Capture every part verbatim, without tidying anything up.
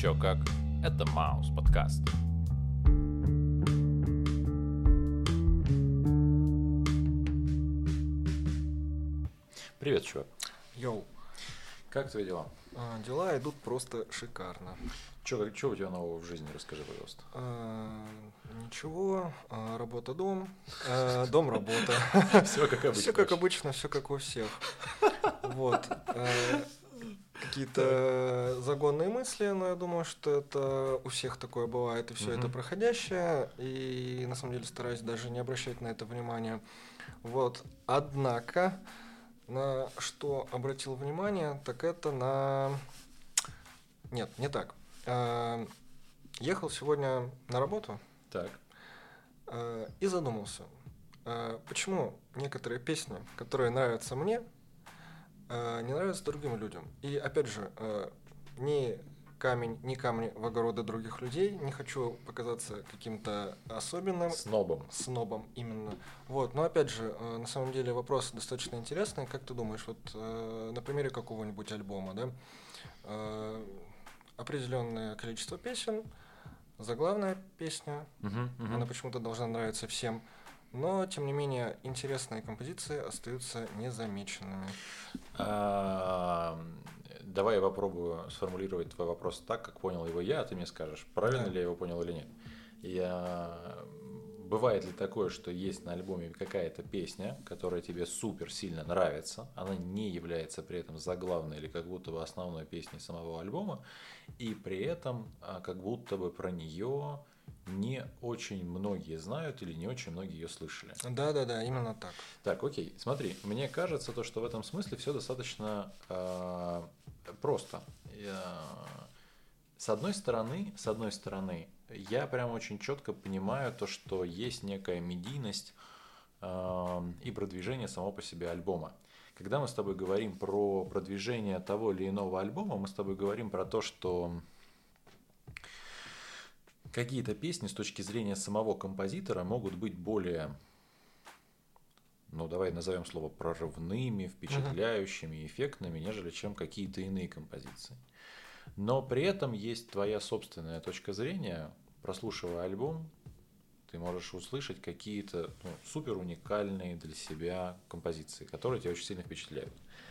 Чё как? Это Маус подкаст. Привет, чувак. Йоу. Как твои дела? А, дела идут просто шикарно. Чё, чё у тебя нового в жизни? Расскажи, пожалуйста. А, ничего, а, работа-дом, а, дом-работа. Все как обычно. Все как обычно, все как у всех. Вот. А, какие-то загонные мысли, но я думаю, что это у всех такое бывает, и все Мгм. это проходящее. И на самом деле стараюсь даже не обращать на это внимания. Вот. Однако, на что обратил внимание, так это на... Нет, не так. А, Ехал сегодня на работу Так. а, и задумался, а, почему некоторые песни, которые нравятся мне, а, не нравятся другим людям. И опять же, а, ни камень, ни камни в огороды других людей, не хочу показаться каким-то особенным Снобом. снобом именно. Вот, но опять же, а, на самом деле вопрос достаточно интересный. Как ты думаешь, вот а, на примере какого-нибудь альбома, да, а, определенное количество песен, заглавная песня, Мгм, мгм. она почему-то должна нравиться всем, но, тем не менее, интересные композиции остаются незамеченными. А, Давай я попробую сформулировать твой вопрос так, как понял его я, а ты мне скажешь, правильно Да. ли я его понял или нет. Я... Бывает ли такое, что есть на альбоме какая-то песня, которая тебе супер сильно нравится, она не является при этом заглавной или как будто бы основной песней самого альбома, и при этом а, как будто бы про нее не очень многие знают или не очень многие ее слышали. Да-да-да, именно так. Так, окей, смотри, мне кажется, то, что в этом смысле все достаточно э, просто. Я- С одной стороны, с одной стороны, я прям очень четко понимаю то, что есть некая медийность э, и продвижение само по себе альбома. Когда мы с тобой говорим про продвижение того или иного альбома, мы с тобой говорим про то, что какие-то песни с точки зрения самого композитора могут быть более, ну давай назовем слово, прорывными, впечатляющими, эффектными, нежели чем какие-то иные композиции. Но при этом есть твоя собственная точка зрения. Прослушивая альбом, ты можешь услышать какие-то ну, супер уникальные для себя композиции, которые тебя очень сильно впечатляют.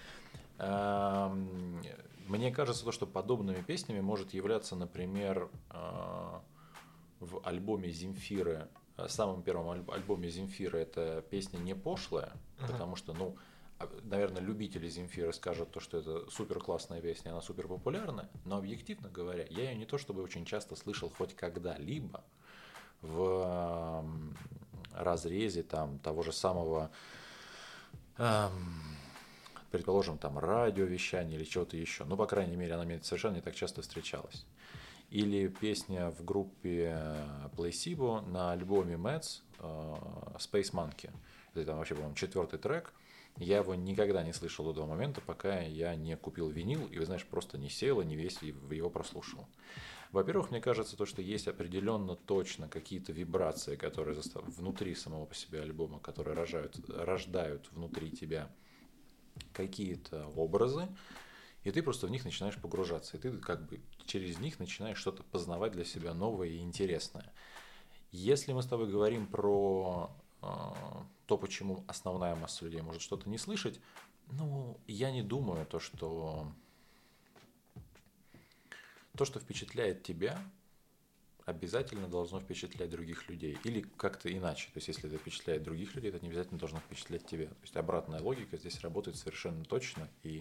Эм, Мне кажется, то, что подобными песнями может являться, например, э, в альбоме Земфиры, э, самом первом альб- альбоме Земфиры эта песня не пошлая, Мгм. потому что, ну, а, наверное, любители Земфиры скажут то, что это супер классная песня, она супер популярная, но объективно говоря, я ее не то чтобы очень часто слышал хоть когда-либо в эм, разрезе там того же самого, эм, предположим, там радиовещания или чего-то еще. Ну, по крайней мере, она мне совершенно не так часто встречалась. Или песня в группе Placebo на альбоме Mets Space Monkey. Это там вообще, по-моему, четвертый трек. Я его никогда не слышал до того момента, пока я не купил винил и, вы знаешь, просто не сел и не весь его прослушал. Во-первых, мне кажется, то, что есть определенно точно какие-то вибрации, которые внутри самого по себе альбома, которые рожают, рождают внутри тебя какие-то образы, и ты просто в них начинаешь погружаться, и ты как бы через них начинаешь что-то познавать для себя новое и интересное. Если мы с тобой говорим про э, то, почему основная масса людей может что-то не слышать, ну, я не думаю, то, что то, что впечатляет тебя, обязательно должно впечатлять других людей. Или как-то иначе. То есть, если это впечатляет других людей, это не обязательно должно впечатлять тебя. То есть, обратная логика здесь работает совершенно точно. И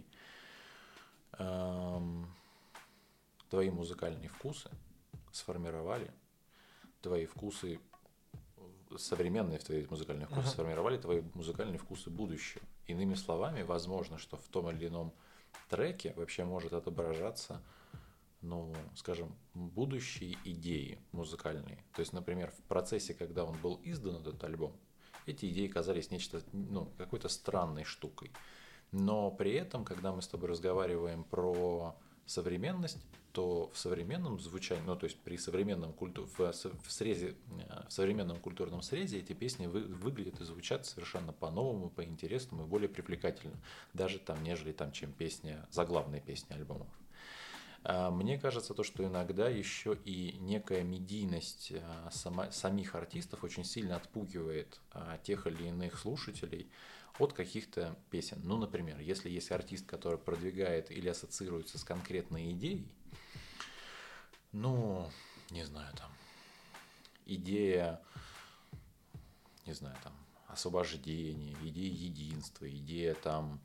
эм, твои музыкальные вкусы сформировали, твои вкусы, современные твои музыкальные вкусы Мгм. сформировали твои музыкальные вкусы будущего. Иными словами, возможно, что в том или ином треке вообще может отображаться, ну, скажем, будущие идеи музыкальные. То есть, например, в процессе, когда он был издан, этот альбом, эти идеи казались нечто, ну, какой-то странной штукой. Но при этом, когда мы с тобой разговариваем про современность, то в современном звучании, ну то есть при современном культу, в, в, срезе, в современном культурном срезе эти песни вы, выглядят и звучат совершенно по-новому, по-интересному и более привлекательно, даже там, нежели там, чем песня, заглавные песни альбомов. А, Мне кажется, то, что иногда еще и некая медийность а, сама- самих артистов очень сильно отпугивает а, тех или иных слушателей от каких-то песен. Ну, например, если есть артист, который продвигает или ассоциируется с конкретной идеей, ну, не знаю, там, идея, не знаю, там, освобождения, идея единства, идея там,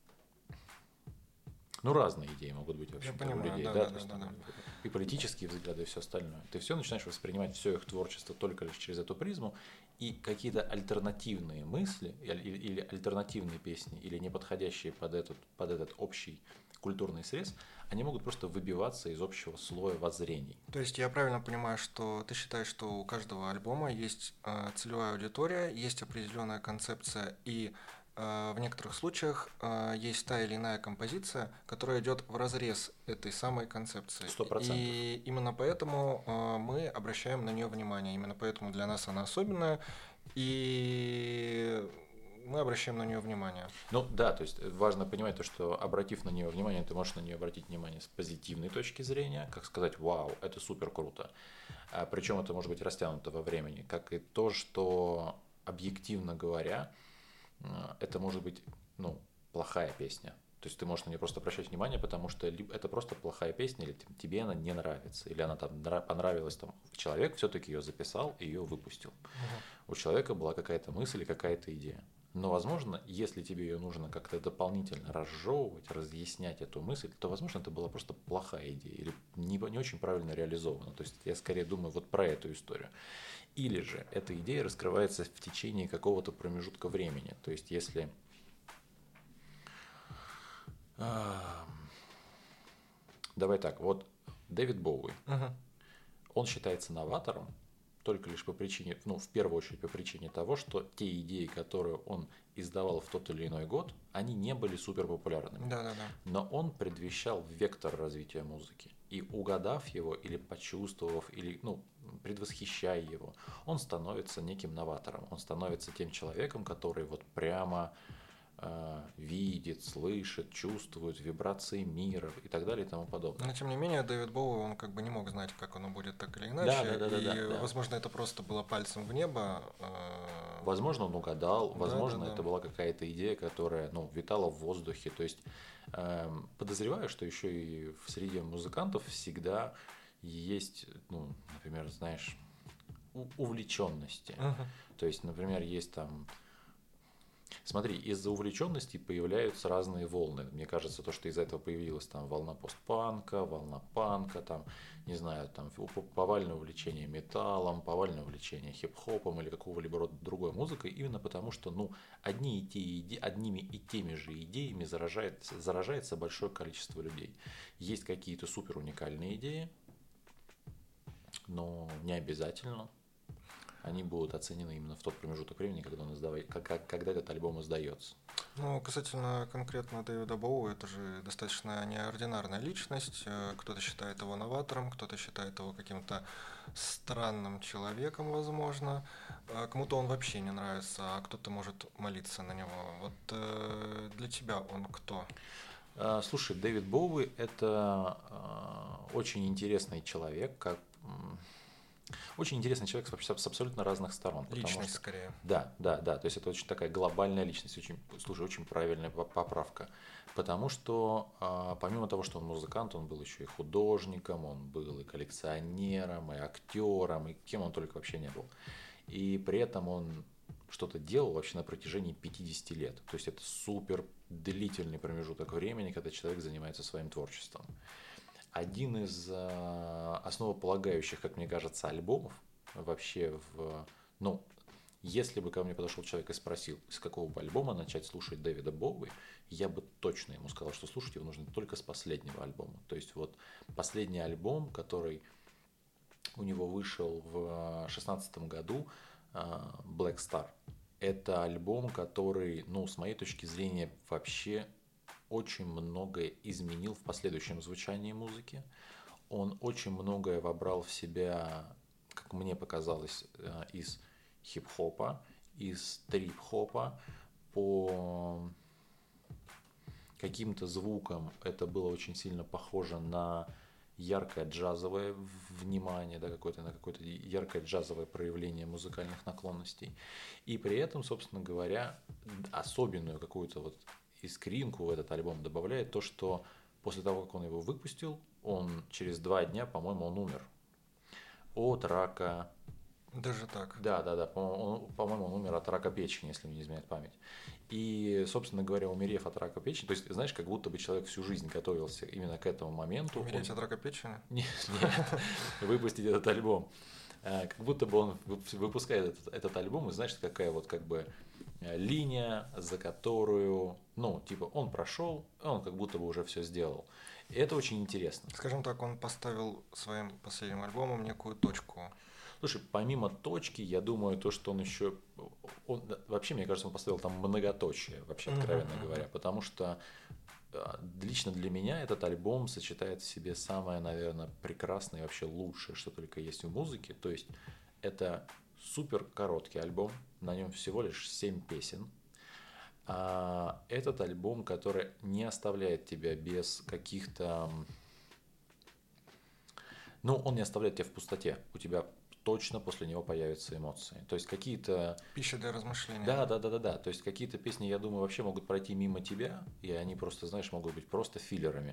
ну, разные идеи могут быть, в Я общем-то, у понимаю, людей, да, да, да, то да, есть да, там да. и политические взгляды, и все остальное. Ты все начинаешь воспринимать все их творчество только лишь через эту призму, и какие-то альтернативные мысли, или, или альтернативные песни, или не подходящие под этот, под этот общий культурный срез, они могут просто выбиваться из общего слоя воззрений. То есть я правильно понимаю, что ты считаешь, что у каждого альбома есть э, целевая аудитория, есть определенная концепция, и э, в некоторых случаях э, есть та или иная композиция, которая идет в разрез этой самой концепции. Сто процентов. И именно поэтому э, мы обращаем на нее внимание. Именно поэтому для нас она особенная, и мы обращаем на нее внимание. Ну да, то есть важно понимать то, что обратив на нее внимание, ты можешь на нее обратить внимание с позитивной точки зрения, как сказать, вау, это супер круто. А причем это может быть растянуто во времени, как и то, что объективно говоря, э, это может быть, ну, плохая песня. То есть ты можешь на нее просто обращать внимание, потому что либо это просто плохая песня, или тебе она не нравится, или она там нра- понравилась, там человек все-таки ее записал и ее выпустил. У человека была какая-то мысль или какая-то идея. Но, возможно, если тебе ее нужно как-то дополнительно разжевывать, разъяснять эту мысль, то, возможно, это была просто плохая идея или не, не очень правильно реализована. То есть я скорее думаю вот про эту историю. Или же эта идея раскрывается в течение какого-то промежутка времени. То есть если... а, Давай так, вот Дэвид Боуи, Мгм. он считается новатором только лишь по причине, ну, в первую очередь по причине того, что те идеи, которые он издавал в тот или иной год, они не были супер популярными. Да, да, да. Но он предвещал вектор развития музыки. И угадав его, или почувствовав, или ну, предвосхищая его, он становится неким новатором. Он становится тем человеком, который вот прямо э, видит, слышит, чувствует вибрации мира и так далее и тому подобное. Но тем не менее, Дэвид Боуи, он как бы не мог знать, как оно будет так или Да, иначе. да, да, да, да, И, да. возможно, это просто было пальцем в небо. э, Возможно, он угадал, Да, да, возможно, да. это была какая-то идея, которая ну, витала в воздухе. То есть эм, подозреваю, что еще и в среде музыкантов всегда есть, ну, например, знаешь, у- увлеченности. Мгм. То есть, например, есть там Смотри, из-за увлеченности появляются разные волны. Мне кажется, то, что из-за этого появилась там волна постпанка, волна панка, там, не знаю, там у- повальное увлечение металлом, повальное увлечение хип-хопом или какого-либо рода другой музыкой, именно потому что, ну, одни и те иде- одними и теми же идеями заражается, заражается большое количество людей. Есть какие-то супер уникальные идеи, но не обязательно они будут оценены именно в тот промежуток времени, когда, он издава- как- как- когда этот альбом издается. Ну, касательно конкретно Дэвида Боуи, это же достаточно неординарная личность. Э, Кто-то считает его новатором, кто-то считает его каким-то странным человеком, возможно. А кому-то он вообще не нравится, а кто-то может молиться на него. Вот э, для тебя он кто? А, Слушай, Дэвид Боуи – это а, очень интересный человек, как м, очень интересный человек с абс- с абсолютно разных сторон, потому Личность что скорее. да, да, да, то есть это очень такая глобальная личность, очень, слушай, очень правильная по- поправка, потому что а, помимо того, что он музыкант, он был еще и художником, он был и коллекционером, и актером, и кем он только вообще не был, и при этом он что-то делал вообще на протяжении пятидесяти лет. То есть это супер длительный промежуток времени, когда человек занимается своим творчеством. Один из э, основополагающих, как мне кажется, альбомов вообще в... Ну, если бы ко мне подошел человек и спросил, с какого бы альбома начать слушать Дэвида Боуи, я бы точно ему сказал, что слушать его нужно только с последнего альбома. То есть вот последний альбом, который у него вышел в шестнадцатом году, Black Star. Это альбом, который, ну, с моей точки зрения, вообще очень многое изменил в последующем звучании музыки. Он очень многое вобрал в себя, как мне показалось, из хип-хопа, из трип-хопа. По каким-то звукам это было очень сильно похоже на яркое джазовое внимание, да, какое-то, на какое-то яркое джазовое проявление музыкальных наклонностей. И при этом, собственно говоря, особенную какую-то вот искринку в этот альбом добавляет то, что после того, как он его выпустил, он через два дня, по-моему, он умер от рака. Даже так? Да, да, да, по-моему, по-моему, он умер от рака печени, если мне не изменяет память. И, собственно говоря, умерев от рака печени, то есть, знаешь, как будто бы человек всю жизнь готовился именно к этому моменту. Умереть он... от рака печени? Нет, нет, выпустить этот альбом. Как будто бы он выпускает этот, этот альбом, и знаешь, какая вот как бы линия, за которую, ну, типа, он прошел, он как будто бы уже все сделал. И это очень интересно. Скажем так, он поставил своим последним альбомом некую точку. Слушай, помимо точки, я думаю, то, что он еще... Он, вообще, мне кажется, он поставил там многоточие, вообще, откровенно uh-huh. говоря, потому что лично для меня этот альбом сочетает в себе самое, наверное, прекрасное и вообще лучшее, что только есть в музыке. То есть это супер короткий альбом, на нем всего лишь семь песен. А этот альбом, который не оставляет тебя без каких-то... Ну, он не оставляет тебя в пустоте. У тебя точно после него появятся эмоции. То есть какие-то... Пища для размышления. Да, да, да, да, да. То есть какие-то песни, я думаю, вообще могут пройти мимо тебя, и они просто, знаешь, могут быть просто филлерами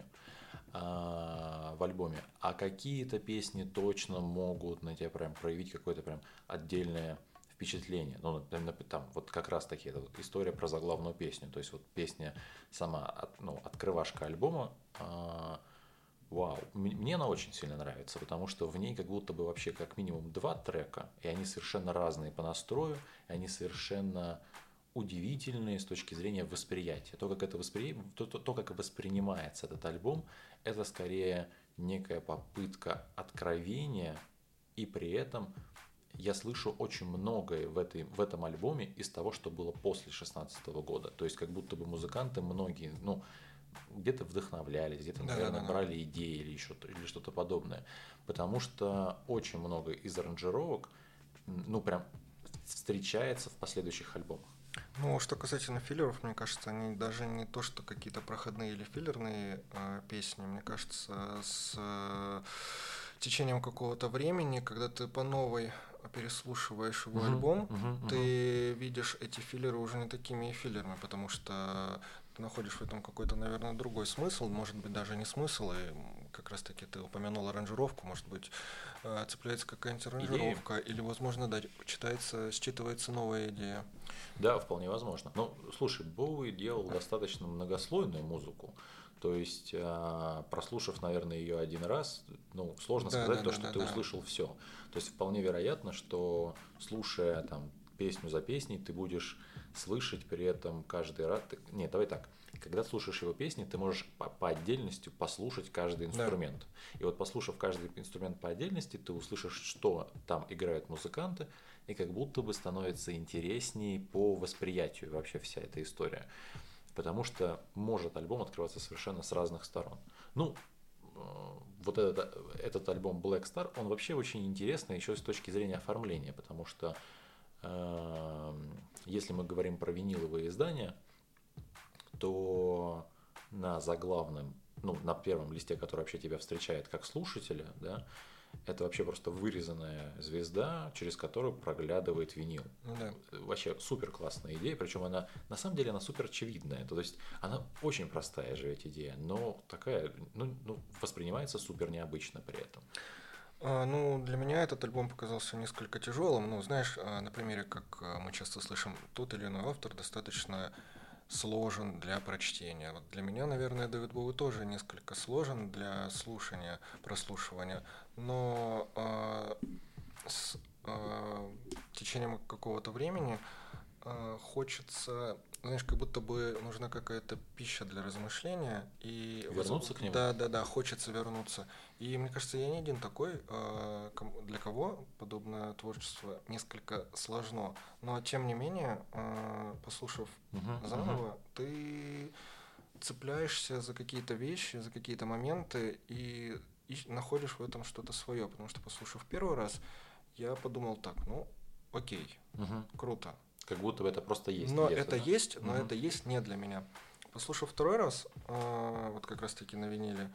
а, в альбоме. А какие-то песни точно могут на тебя прям проявить какое-то прям отдельное впечатление. Ну, например, там вот как раз таки это вот история про заглавную песню. То есть вот песня сама, ну, открывашка альбома. А, Вау, мне она очень сильно нравится, потому что в ней как будто бы вообще как минимум два трека, и они совершенно разные по настрою, и они совершенно удивительные с точки зрения восприятия. То, как это воспри... то, то, то, как воспринимается этот альбом, это скорее некая попытка откровения, и при этом я слышу очень многое в, этой, в этом альбоме из того, что было после шестнадцатого года. То есть как будто бы музыканты многие, ну, где-то вдохновлялись, где-то, да, наверное, да, да, брали да. идеи или, еще, или что-то подобное. Потому что очень много из аранжировок, ну, прям встречается в последующих альбомах. Ну, что касательно филлеров, мне кажется, они даже не то, что какие-то проходные или филлерные э, песни, мне кажется, с э, течением какого-то времени, когда ты по новой переслушиваешь его uh-huh, альбом, uh-huh, uh-huh. ты видишь эти филлеры уже не такими филлерами, потому что ты находишь в этом какой-то, наверное, другой смысл, может быть, даже не смысл, и как раз-таки ты упомянул аранжировку, может быть, цепляется какая-нибудь аранжировка, идея. Или, возможно, да, читается, считывается новая идея. Да, вполне возможно. Ну, слушай, Боуи делал достаточно многослойную музыку, то есть, прослушав, наверное, ее один раз, ну, сложно да, сказать да, то, да, что да, ты да. услышал все. То есть, вполне вероятно, что, слушая там песню за песней, ты будешь слышать при этом каждый раз... Нет, давай так. Когда слушаешь его песни, ты можешь по, по отдельности послушать каждый инструмент. Да. И вот послушав каждый инструмент по отдельности, ты услышишь, что там играют музыканты, и как будто бы становится интереснее по восприятию вообще вся эта история. Потому что может альбом открываться совершенно с разных сторон. Ну, вот этот, этот альбом Black Star, он вообще очень интересный еще с точки зрения оформления, потому что э, если мы говорим про виниловые издания, то на заглавном, ну, на первом листе, который вообще тебя встречает как слушателя, да, это вообще просто вырезанная звезда, через которую проглядывает винил. Ну, да. Вообще супер классная идея, причем она, на самом деле, она супер очевидная. То есть она очень простая же эта идея, но такая, ну, ну воспринимается супер необычно при этом. А, ну, для меня этот альбом показался несколько тяжелым. Ну, знаешь, на примере, как мы часто слышим, тот или иной автор достаточно сложен для прочтения. Вот для меня, наверное, Дэвид Боуи тоже несколько сложен для слушания, прослушивания, но э, с э, течением какого-то времени э, хочется, знаешь, как будто бы нужна какая-то пища для размышления. И вернуться воз... к нему? Да, да, да, хочется вернуться. И мне кажется, я не один такой, э, для кого подобное творчество несколько сложно. Но тем не менее, э, послушав uh-huh, заново, uh-huh. ты цепляешься за какие-то вещи, за какие-то моменты и, и находишь в этом что-то свое. Потому что, послушав первый раз, я подумал так, ну, окей, uh-huh. круто. Как будто бы это просто есть. Но это да? есть, но uh-huh. это есть не для меня. Послушав второй раз, э, вот как раз-таки на виниле,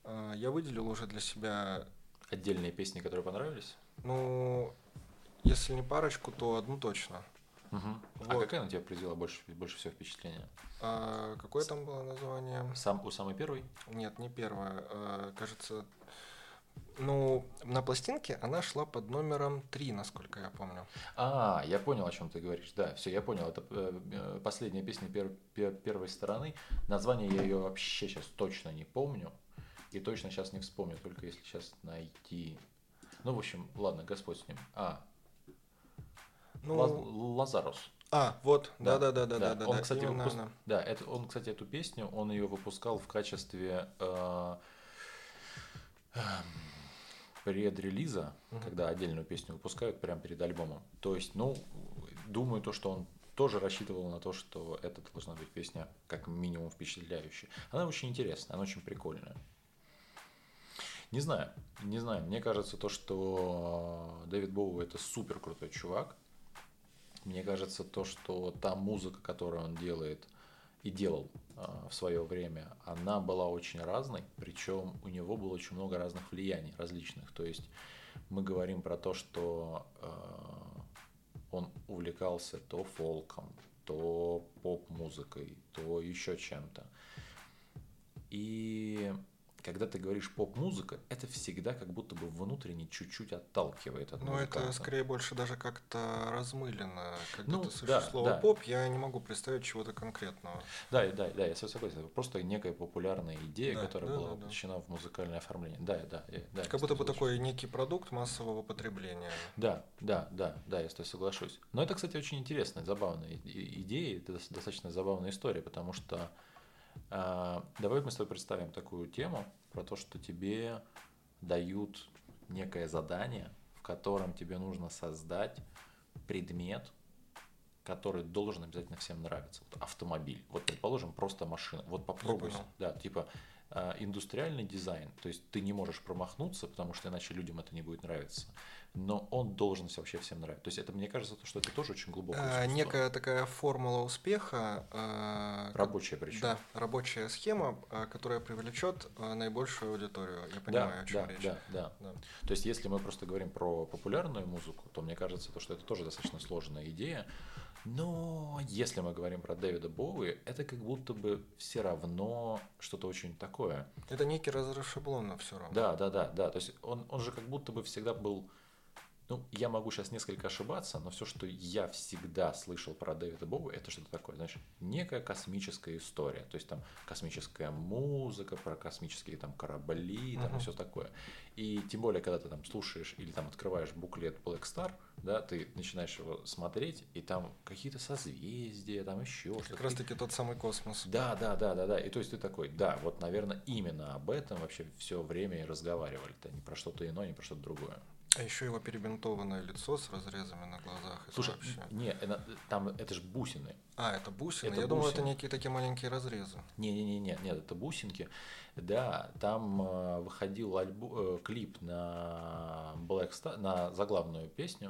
А, Я выделил уже для себя, Отдельные песни, которые понравились? ну, если не парочку, то одну точно. Мгм. А Вот. какая на тебя произвела больше, больше всего впечатления? А какое там было название? Сам, у самой первой? Нет, не первое. А, кажется, ну, на пластинке она шла под номером три, насколько я помню. А, я понял, о чем ты говоришь. Да, все, я понял. Это э, э, последняя песня пер- пер- первой стороны. Название я ее вообще сейчас точно не помню. И точно сейчас не вспомню, только если сейчас найти. Ну, в общем, ладно, Господь с ним. А, Лаз- Ну, Лазарус. а, вот, Да, да-да-да-да-да-да, да. да, Он, да, кстати, именно выпуск... она. да, это, он, кстати, эту песню, он ее выпускал в качестве э, предрелиза, Мгм. когда отдельную песню выпускают прямо перед альбомом. То есть, ну, думаю, то, что он тоже рассчитывал на то, что это должна быть песня как минимум впечатляющая. Она очень интересная, она очень прикольная. Не знаю, не знаю. Мне кажется, то, что Дэвид Боуи это супер крутой чувак. Мне кажется, то, что та музыка, которую он делает и делал э, в свое время, она была очень разной, причем у него было очень много разных влияний, различных. То есть мы говорим про то, что э, он увлекался то фолком, то поп-музыкой, то еще чем-то. И когда ты говоришь поп-музыка, это всегда как будто бы внутренне чуть-чуть отталкивает от Ну, это музыканта. скорее больше даже как-то размылено. Когда ты Ну, слышишь да, слово да, поп, я не могу представить чего-то конкретного. да, да, да, я с вами согласен. Это просто некая популярная идея, Да, которая да, была да, да. воплощена в музыкальное оформление. Да, да, я- да, я Как с будто тобой бы соглашусь. такой некий продукт массового потребления. Да, да, да, да, я с тобой соглашусь. Но это, кстати, очень интересная, забавная и- и- идея, это дос- достаточно забавная история, потому что а, давай мы с тобой представим такую тему про то, что тебе дают некое задание, в котором тебе нужно создать предмет, который должен обязательно всем нравиться. Вот автомобиль. Вот, предположим, просто машина. Вот Я попробуй. понял. Да, типа э, индустриальный дизайн. То есть ты не можешь промахнуться, потому что иначе людям это не будет нравиться. Но он должен вообще всем нравиться. То есть это, мне кажется, то, что это тоже очень глубокое А, искусство. некая такая формула успеха, а, ко- Рабочее причем. да, рабочая схема, а, которая привлечет а, наибольшую аудиторию. Я Да, понимаю, о чем да, речь. да, да. Да. То есть, если мы просто говорим про популярную музыку, то мне кажется, то, что это тоже достаточно сложная идея. Но если мы говорим про Дэвида Боуи, это как будто бы все равно что-то очень такое. Это некий разрыв шаблона все равно. Да, да, да, да. То есть он, он же как будто бы всегда был. Ну, я могу сейчас несколько ошибаться, но все, что я всегда слышал про Дэвида Боуи, это что-то такое, знаешь, некая космическая история. То есть там космическая музыка, про космические там корабли, там и Мгм. все такое. И тем более, когда ты там слушаешь или там открываешь буклет Black Star, да, ты начинаешь его смотреть, и там какие-то созвездия, там еще Как что-то. раз таки тот самый космос. Да, да, да, да, да. И то есть ты такой, да, вот, наверное, именно об этом вообще все время и разговаривали-то. Не про что-то иное, не про что-то другое. А еще его перебинтованное лицо с разрезами на глазах. Это Слушай, вообще. не, это- там это же бусины. А, это бусины? Это Я думал, это бусины. некие такие маленькие разрезы. Не-не-не, нет, нет, это бусинки. Да, там э, выходил альбо- э, клип на Black Star, на заглавную песню.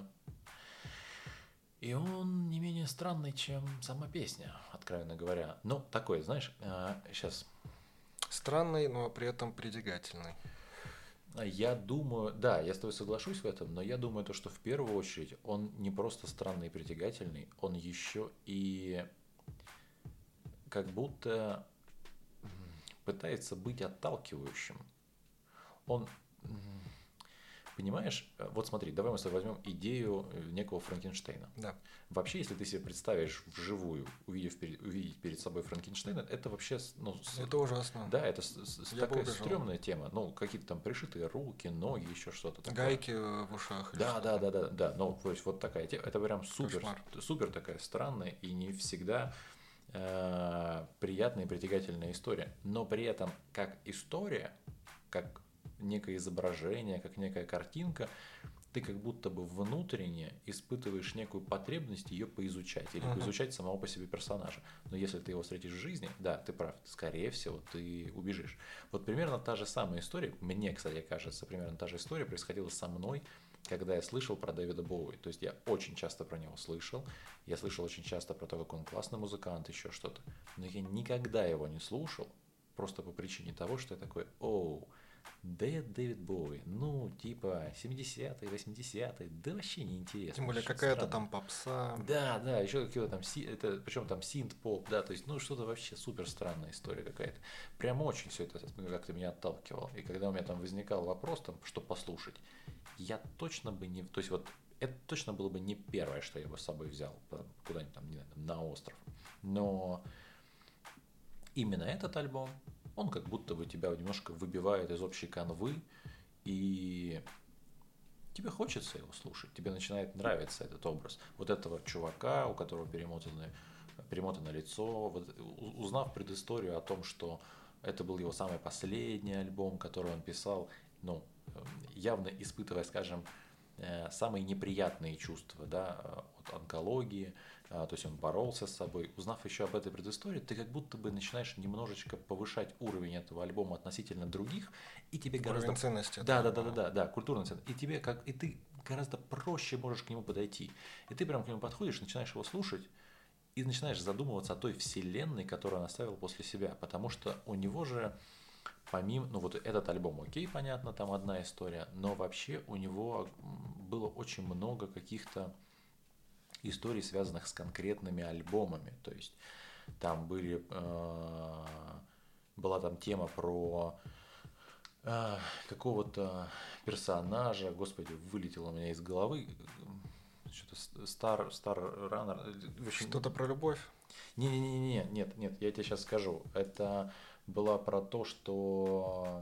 И он не менее странный, чем сама песня, откровенно говоря. Ну, такой, знаешь, сейчас Странный, но при этом притягательный. я думаю, да, я с тобой соглашусь в этом, но я думаю, то, что в первую очередь он не просто странный и притягательный, он еще и как будто м, пытается быть отталкивающим. Он, м, понимаешь, э, вот смотри, давай мы с тобой возьмем идею э, некого Франкенштейна. Да. Вообще, если ты себе представишь вживую, увидев, перед- увидеть перед собой Франкенштейна, это вообще, с- ну, с- Это ужасно. да, это с- с- Я бы такая убежал. стрёмная тема. Ну, какие-то там пришитые руки, ноги, еще что-то такое. Гайки э, в ушах. или Да, что да, там. да, да, да. Ну, то есть вот такая тема. Это прям супер, Кошмар. супер такая странная и не всегда э, приятная и притягательная история. Но при этом как история, как некое изображение, как некая картинка, ты как будто бы внутренне испытываешь некую потребность ее поизучать или Мгм. поизучать самого по себе персонажа. Но если ты его встретишь в жизни, да, ты прав, скорее всего, ты убежишь. Вот примерно та же самая история, мне, кстати, кажется, примерно та же история происходила со мной, когда я слышал про Дэвида Боуи. То есть я очень часто про него слышал, я слышал очень часто про то, как он классный музыкант, еще что-то. Но я никогда его не слушал, просто по причине того, что я такой, оу, Да это Дэвид Боуи. Ну, типа семидесятые, восьмидесятые, да вообще неинтересно. Тем более Что-то какая-то странное. там попса. Да, да, еще какие-то там, си- это, причем там синт-поп, да, то есть, ну, что-то вообще супер странная история какая-то. Прям очень все это ну, как-то меня отталкивало. И когда у меня там возникал вопрос, там, что послушать, я точно бы не, то есть вот, это точно было бы не первое, что я бы с собой взял по- куда-нибудь там, не знаю, там, на остров. Но именно этот альбом, он как будто бы тебя немножко выбивает из общей канвы, и тебе хочется его слушать, тебе начинает нравиться этот образ вот этого чувака, у которого перемотано, перемотано лицо, вот, у- узнав предысторию о том, что это был его самый последний альбом, который он писал, ну, э, явно испытывая, скажем, э, самые неприятные чувства, да, э, от онкологии, э, то есть он боролся с собой. Узнав еще об этой предыстории, ты как будто бы начинаешь немножечко повышать уровень этого альбома относительно других, и тебе гораздо... Уровень ценности Да, этого да, да, да, альбома. да, да, культурный ценность. И тебе как... И ты гораздо проще можешь к нему подойти. И ты прям к нему подходишь, начинаешь его слушать, и начинаешь задумываться о той вселенной, которую он оставил после себя. Потому что у него же, помимо, ну вот этот альбом, окей, понятно, там одна история, но вообще у него было очень много каких-то историй, связанных с конкретными альбомами. То есть там были, э, была там тема про э, какого-то персонажа, господи, вылетело у меня из головы, что-то Star, Star Runner. Что-то про любовь. Не-не-не, нет, нет, я тебе сейчас скажу. Это была про то, что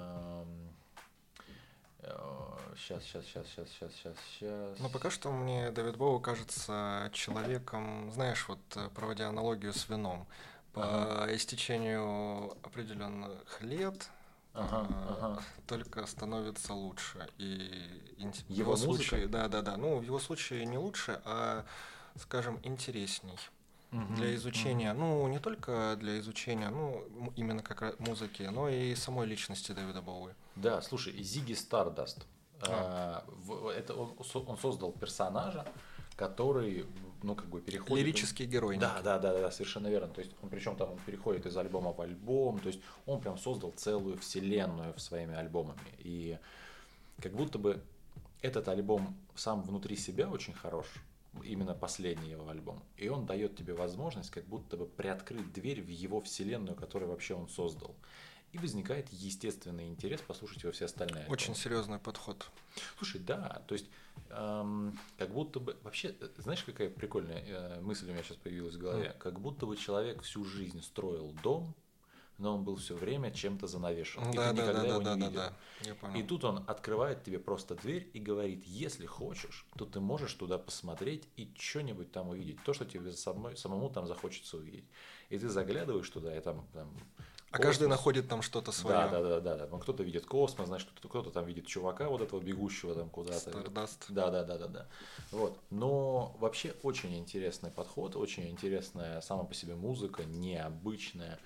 сейчас, сейчас, сейчас, сейчас, сейчас, сейчас, сейчас. Но пока что мне Дэвид Боуи кажется человеком, знаешь, вот э, проводя аналогию с вином, по Ага, истечению определенных лет ага, э, ага. только становится лучше. И инт- в Его его музыка? случае, да, да, да, ну в его случае не лучше, а, скажем, интересней. Для Мгм, изучения, мгм. ну не только для изучения, ну м- именно как раз музыки, но и самой личности Дэвида Боуи. Да, слушай, Зиги Стардаст. А, Это он, со- он создал персонажа, который, ну, как бы переходит. лирический герой Да, некий. да, да, да, совершенно верно. То есть он причем там он переходит из альбома в альбом. То есть он прям создал целую вселенную своими альбомами. И как будто бы этот альбом сам внутри себя очень хорош. Именно последний его альбом. И он дает тебе возможность как будто бы приоткрыть дверь в его вселенную, которую вообще он создал. И возникает естественный интерес послушать его все остальные Очень альбомы. серьезный подход. Слушай, да, то есть эм, как будто бы вообще, э, знаешь, какая прикольная э, мысль у меня сейчас появилась в голове? Как будто бы человек всю жизнь строил дом, но он был все время чем-то занавешен, и ты Да, да, да, никогда да, его не да, да, видел. да. Я И понял. тут он открывает тебе просто дверь и говорит, если хочешь, то ты можешь туда посмотреть и что-нибудь там увидеть, то, что тебе самой, самому там захочется увидеть. И ты заглядываешь туда, и там, там А каждый космос. находит там что-то Да, свое. да, да, да, да. Ну, кто-то видит космос, знаешь, кто-то, кто-то там видит чувака вот этого бегущего там куда-то. Стардаст. Да, да, да, да, да. Вот. Но вообще очень интересный подход, очень интересная сама по себе музыка, необычная.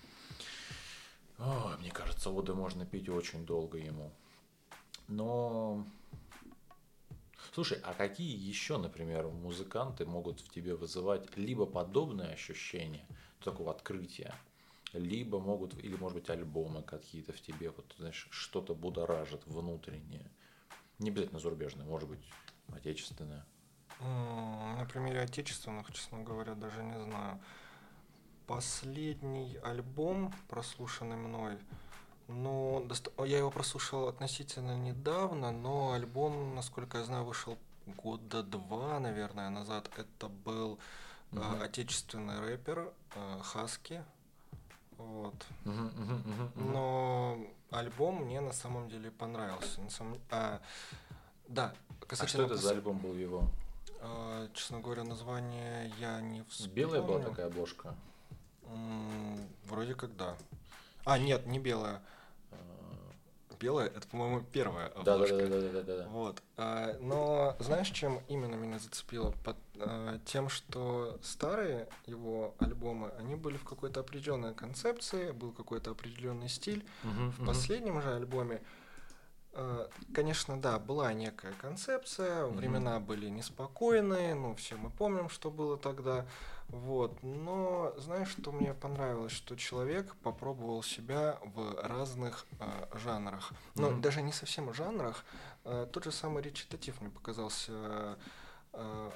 Ой, мне кажется, воды можно пить очень долго ему. Но слушай, а какие еще, например, музыканты могут в тебе вызывать либо подобное ощущение, такого открытия, либо могут, или, может быть, альбомы какие-то в тебе, вот, знаешь, что-то будоражит внутреннее. Не обязательно зарубежное, может быть, отечественное. М, На примере отечественных, честно говоря, даже не знаю. Последний альбом, прослушанный мной, ну, доста- я его прослушал относительно недавно, но альбом, насколько я знаю, вышел года два, наверное, назад. Это был э, Мгм. отечественный рэпер э, Хаски. Вот. Мгм, мгм, мгм, мгм. Но альбом мне на самом деле понравился. На самом... а, да, А что касательно это за пос- альбом был его? а, честно говоря, название я не Белая была вспомню. такая обложка? М, Вроде как да. А, нет, не белая. Белая, это, по-моему, первая Да, да, да, обложка. да, да, да, да. Вот. А, но знаешь, чем именно меня зацепило? Под, а, тем, что старые его альбомы, они были в какой-то определенной концепции, был какой-то определенный стиль. Мгм, В мгм. последнем же альбоме а, конечно, да, была некая концепция, Мгм. времена были неспокойные, ну, все мы помним, что было тогда, вот. Но знаешь, что мне понравилось, что человек попробовал себя в разных э, жанрах. Ну, Мгм. даже не совсем жанрах. Э, тот же самый речитатив мне показался э,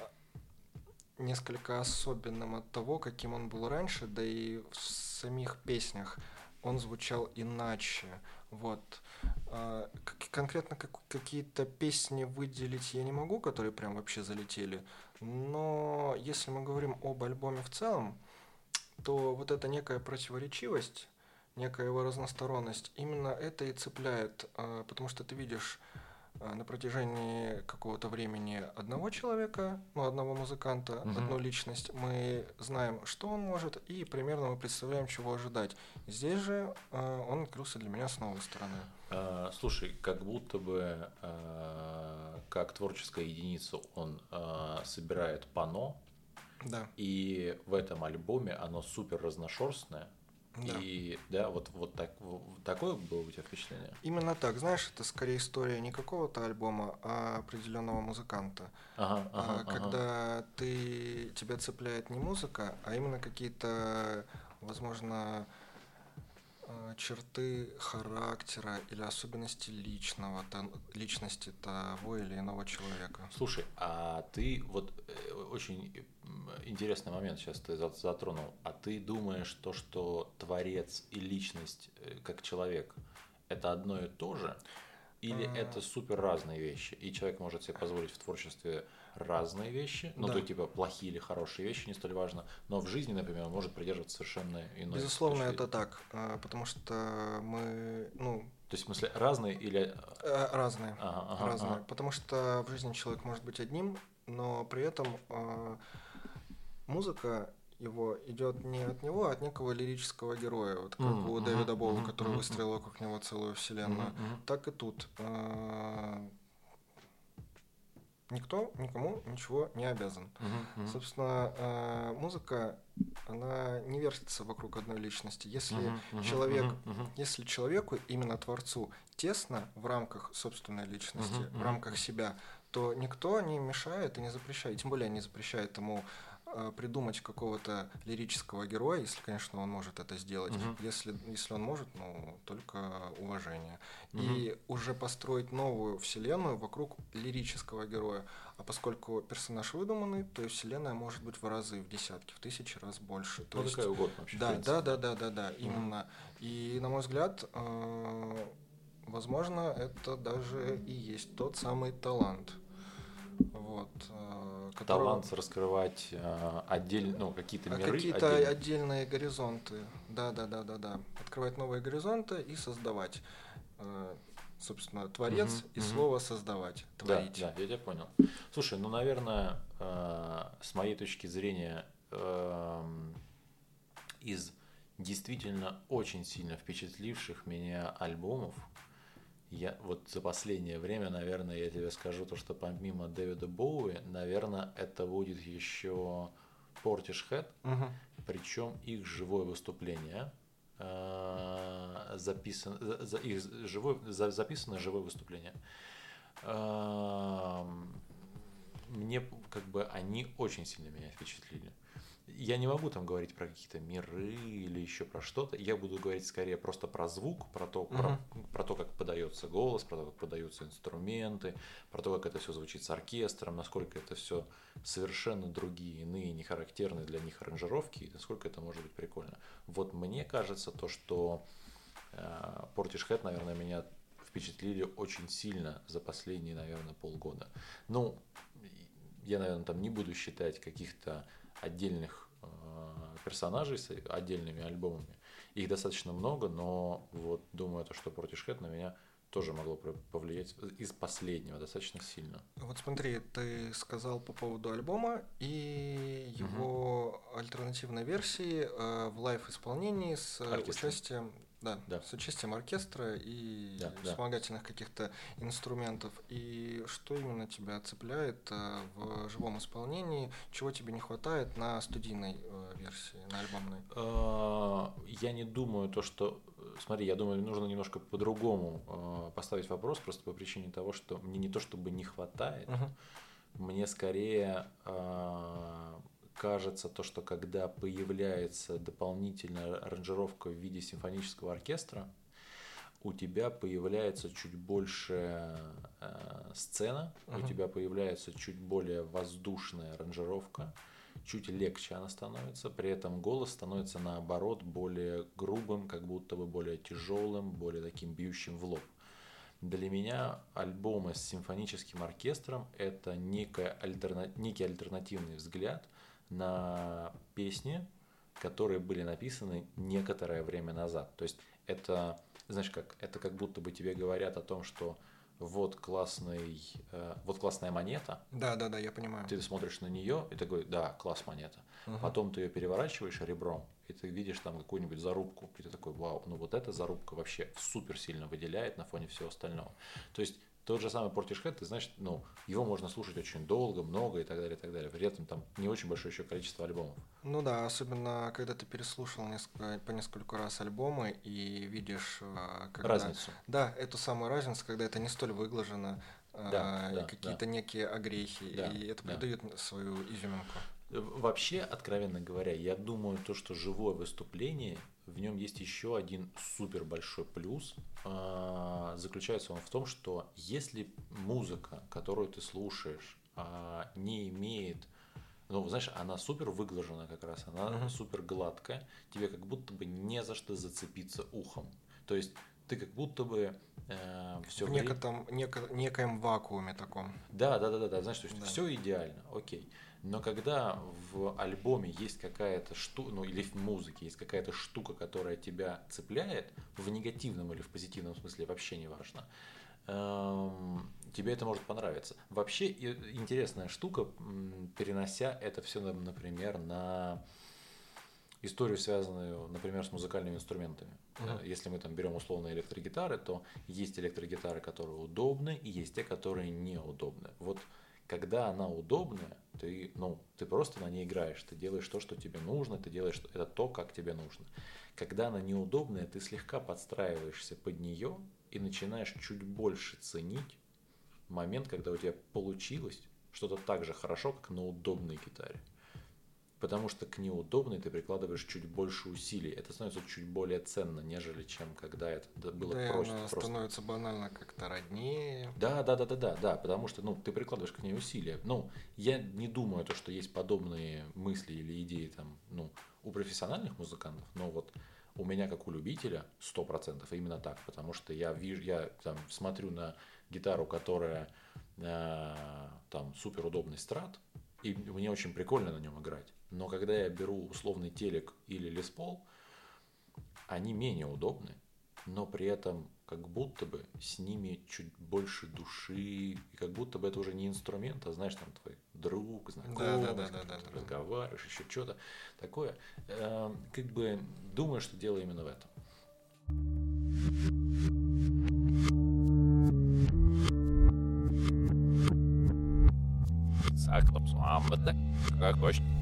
несколько особенным от того, каким он был раньше, да и в самих песнях он звучал иначе. Вот. А, к- конкретно как- какие-то песни выделить я не могу, которые прям вообще залетели, но если мы говорим об альбоме в целом, то вот эта некая противоречивость, некая его разносторонность, именно это и цепляет, а, потому что ты видишь а, на протяжении какого-то времени одного человека, ну, одного музыканта, Мгм. одну личность, мы знаем, что он может, и примерно мы представляем, чего ожидать. Здесь же а, он открылся для меня с новой стороны. А, Слушай, как будто бы а, как творческая единица он а, собирает панно, Да, и в этом альбоме оно супер разношерстное. да. И да, вот, вот так, в- такое было у тебя впечатление? Именно так, знаешь, это скорее история не какого-то альбома, а определенного музыканта. Ага, ага, А, ага. Когда ты тебя цепляет не музыка, а именно какие-то, возможно, а, черты характера или особенности личного, та- личности того или иного человека. Слушай, а ты вот э, очень м, интересный момент сейчас ты за- затронул. А ты думаешь то, что творец и личность э, как человек это одно и то же? Или А, это супер разные вещи, и человек может себе позволить в творчестве разные вещи, ну то Да, типа плохие или хорошие вещи, не столь важно, но в жизни, например, он может придерживаться совершенно иной безусловно, точки это зрения. так, а, потому что мы, ну, То есть, в смысле, разные или... э, разные, Ага, ага, разные, ага. потому что в жизни человек может быть одним, но при этом а, музыка его идет не от него, а от некого лирического героя, вот как Мгм, у мгм, Дэвида Боуи, мгм, который мгм, м, выстроил вокруг него целую мгм, вселенную, мгм, так и тут. А, Никто никому ничего не обязан. мгм, мгм, Собственно, а, музыка, она не вертится вокруг одной личности. Если мгм, мгм, человек, мгм, мгм, если человеку, именно творцу, тесно в рамках собственной личности, мгм, в мгм, рамках себя, то никто не мешает и не запрещает, тем более не запрещает ему а, придумать какого-то лирического героя, если, конечно, он может это сделать. мгм, Если, если он может, ну, только уважение. мгм. И уже построить новую вселенную вокруг лирического героя. А поскольку персонаж выдуманный, то и вселенная может быть в разы, в десятки, в тысячи раз больше. То Ну, какая есть, угодно вообще, в да, да, принципе, да, да. да, да, да, Мгм. именно. И, на мой взгляд, э, возможно, это даже и есть тот самый талант, вот, э, которого Талант раскрывать отдельно, ну, какие-то а миры какие-то отдельно. отдельные горизонты, да, да, да, да, да, открывать новые горизонты и создавать. Э, Собственно, Мгм, творец и мгм. слово создавать, Да, творить. да, я тебя понял. Слушай, ну, наверное, э, с моей точки зрения, эм, из действительно очень сильно впечатливших меня альбомов, я вот за последнее время, наверное, я тебе скажу то, что помимо Дэвида Боуи, наверное, это будет еще Portishead, Мгм. причем их живое выступление э, записано, за- за- их живое, за- записано живое выступление. Эм, Мне как бы они очень сильно меня впечатлили. Я не могу там говорить про какие-то миры или еще про что-то. Я буду говорить скорее просто про звук, про то, про, Мгм. про то, как подается голос, про то, как подаются инструменты, про то, как это все звучит с оркестром, насколько это все совершенно другие, иные, не характерные для них аранжировки, и насколько это может быть прикольно. Вот мне кажется то, что э, Portishead, наверное, меня впечатлили очень сильно за последние, наверное, полгода. Ну, я, наверное, там не буду считать каких-то отдельных э, персонажей с отдельными альбомами. Их достаточно много, но вот думаю, то, что Portishead на меня тоже могло повлиять из последнего достаточно сильно. Вот смотри, ты сказал по поводу альбома и Мгм. его альтернативной версии э, в лайв-исполнении с э, Оркестром. участием, да, Да. с участием оркестра и Да, да. вспомогательных каких-то инструментов. И что именно тебя цепляет э, в живом исполнении, чего тебе не хватает на студийной э, версии, на альбомной? А, Я не думаю то, что... Смотри, я думаю, нужно немножко по-другому э, поставить вопрос, просто по причине того, что мне не то чтобы не хватает, Мгм. мне скорее э, кажется то, что когда появляется дополнительная аранжировка в виде симфонического оркестра, у тебя появляется чуть больше э, сцена, Мгм. у тебя появляется чуть более воздушная аранжировка, чуть легче она становится, при этом голос становится наоборот более грубым, как будто бы более тяжелым, более таким бьющим в лоб. Для меня альбомы с симфоническим оркестром – это некая альтерна... некий альтернативный взгляд на песни, которые были написаны некоторое время назад. То есть это, знаешь как, это как будто бы тебе говорят о том, что вот классный, э, вот классная монета, Да, да, да, я понимаю. ты смотришь на нее и такой, да, класс монета. Мгм. Потом ты ее переворачиваешь ребром, и ты видишь там какую-нибудь зарубку, и ты такой, вау, ну вот эта зарубка вообще супер сильно выделяет на фоне всего остального. То есть тот же самый Portishead, ты знаешь, ну, его можно слушать очень долго, много и так далее, и так далее. При этом там не очень большое еще количество альбомов. Ну да, особенно когда ты переслушал несколько, по нескольку раз альбомы и видишь, э, когда... Разницу. Да, эту самую разницу, когда это не столь выглажено, э, Да, и да, какие-то да. некие огрехи, Да, и это да. придает свою изюминку. Вообще, откровенно говоря, я думаю, то, что живое выступление, в нем есть еще один супер большой плюс. А, Заключается он в том, что если музыка, которую ты слушаешь, а, не имеет, ну, знаешь, она супер выглажена как раз, она Мгм. супер гладкая, тебе как будто бы не за что зацепиться ухом. То есть ты как будто бы все В время... некотом, неко- некоем вакууме таком. Да, да, да, да, да, знаешь, то есть Да. все идеально, окей. Но когда в альбоме есть какая-то штука, ну или в музыке есть какая-то штука, которая тебя цепляет, в негативном или в позитивном смысле, вообще не важно, эм, тебе это может понравиться. Вообще и- интересная штука, м, перенося это все, например, на историю, связанную, например, с музыкальными инструментами. Мгм. Если мы там берем условно электрогитары, то есть электрогитары, которые удобны, и есть те, которые неудобны. Вот когда она удобная, ты, ну, ты просто на ней играешь, ты делаешь то, что тебе нужно, ты делаешь это то, как тебе нужно. Когда она неудобная, ты слегка подстраиваешься под нее и начинаешь чуть больше ценить момент, когда у тебя получилось что-то так же хорошо, как на удобной гитаре. Потому что к неудобной ты прикладываешь чуть больше усилий. Это становится чуть более ценно, нежели чем когда это было Да, и просто. она просто. становится банально как-то роднее. Да, да, да, да, да, да, потому что ну, ты прикладываешь к ней усилия. Ну, я не думаю, то, что есть подобные мысли или идеи там, ну, у профессиональных музыкантов, но вот у меня, как у любителя, сто процентов именно так, потому что я вижу, я там смотрю на гитару, которая э, там супер удобный страт, и мне очень прикольно на нем играть. Но когда я беру условный телек или Les Paul, они менее удобны, но при этом как будто бы с ними чуть больше души, и как будто бы это уже не инструмент, а знаешь, там твой друг, знакомый, Да, да, да, с да, которым да, ты да. разговариваешь, еще что-то такое. Э, Как бы думаю, что дело именно в этом. Saklapsvām, bet ne kā košķi.